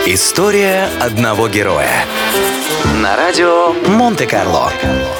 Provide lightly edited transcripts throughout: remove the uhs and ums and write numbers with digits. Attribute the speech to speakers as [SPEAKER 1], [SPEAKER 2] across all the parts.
[SPEAKER 1] История одного героя. На радио Монте-Карло.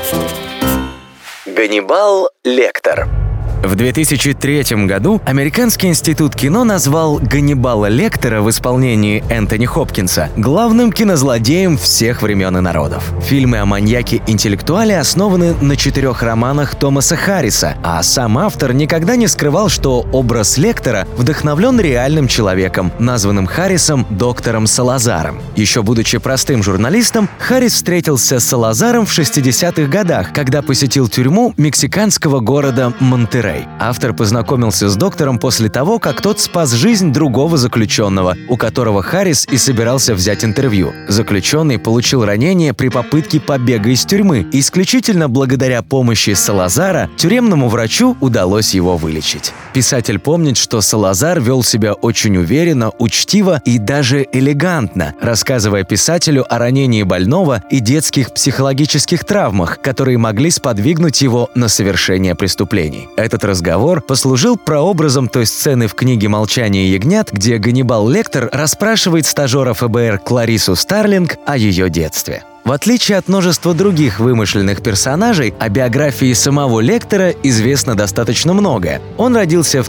[SPEAKER 1] Ганнибал Лектор. В 2003 году Американский институт кино назвал Ганнибала Лектора в исполнении Энтони Хопкинса главным кинозлодеем всех времен и народов. Фильмы о маньяке-интеллектуале основаны на 4 романах Томаса Харриса, а сам автор никогда не скрывал, что образ Лектора вдохновлен реальным человеком, названным Харрисом доктором Салазаром. Еще будучи простым журналистом, Харрис встретился с Салазаром в 60-х годах, когда посетил тюрьму мексиканского города Монтеррей. Автор познакомился с доктором после того, как тот спас жизнь другого заключенного, у которого Харрис и собирался взять интервью. Заключенный получил ранение при попытке побега из тюрьмы, и исключительно благодаря помощи Салазара тюремному врачу удалось его вылечить. Писатель помнит, что Салазар вел себя очень уверенно, учтиво и даже элегантно, рассказывая писателю о ранении больного и детских психологических травмах, которые могли сподвигнуть его на совершение преступлений. Этот разговор послужил прообразом той сцены в книге «Молчание ягнят», где Ганнибал Лектор расспрашивает стажера ФБР Кларису Старлинг о ее детстве. В отличие от множества других вымышленных персонажей, о биографии самого Лектора известно достаточно многое. Он родился в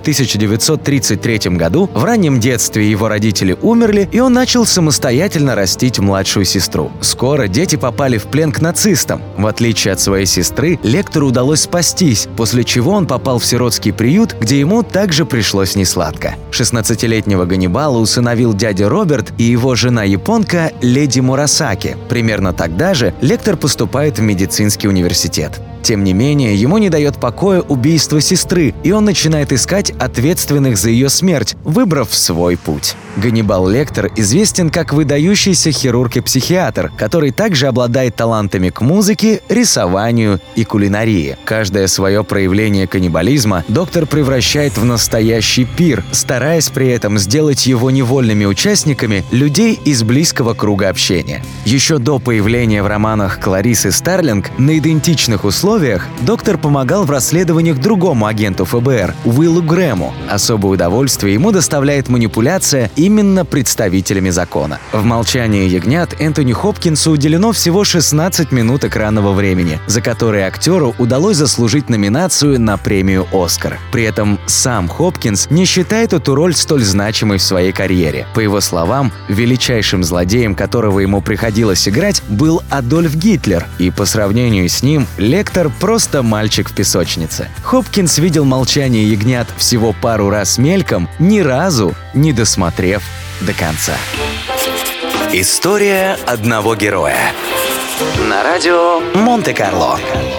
[SPEAKER 1] 1933 году, в раннем детстве его родители умерли, и он начал самостоятельно растить младшую сестру. Скоро дети попали в плен к нацистам. В отличие от своей сестры, Лектору удалось спастись, после чего он попал в сиротский приют, где ему также пришлось несладко. 16-летнего Ганнибала усыновил дядя Роберт и его жена-японка леди Мурасаки. Примерно тогда же Лектор поступает в медицинский университет. Тем не менее, ему не дает покоя убийство сестры, и он начинает искать ответственных за ее смерть, выбрав свой путь. Ганнибал Лектор известен как выдающийся хирург и психиатр, который также обладает талантами к музыке, рисованию и кулинарии. Каждое свое проявление каннибализма доктор превращает в настоящий пир, стараясь при этом сделать его невольными участниками людей из близкого круга общения. Еще до появления в романах Кларисы Старлинг на идентичных условиях доктор помогал в расследованиях другому агенту ФБР Уиллу Грэму. Особое удовольствие ему доставляет манипуляция именно представителями закона. В «Молчании ягнят» Энтони Хопкинсу уделено всего 16 минут экранного времени, за которые актеру удалось заслужить номинацию на премию «Оскар». При этом сам Хопкинс не считает эту роль столь значимой в своей карьере. По его словам, величайшим злодеем, которого ему приходилось играть, был Адольф Гитлер, и по сравнению с ним Лектор просто мальчик в песочнице. Хопкинс видел «Молчание ягнят» всего пару раз мельком, ни разу не досмотрев до конца. История одного героя. На радио Монте-Карло.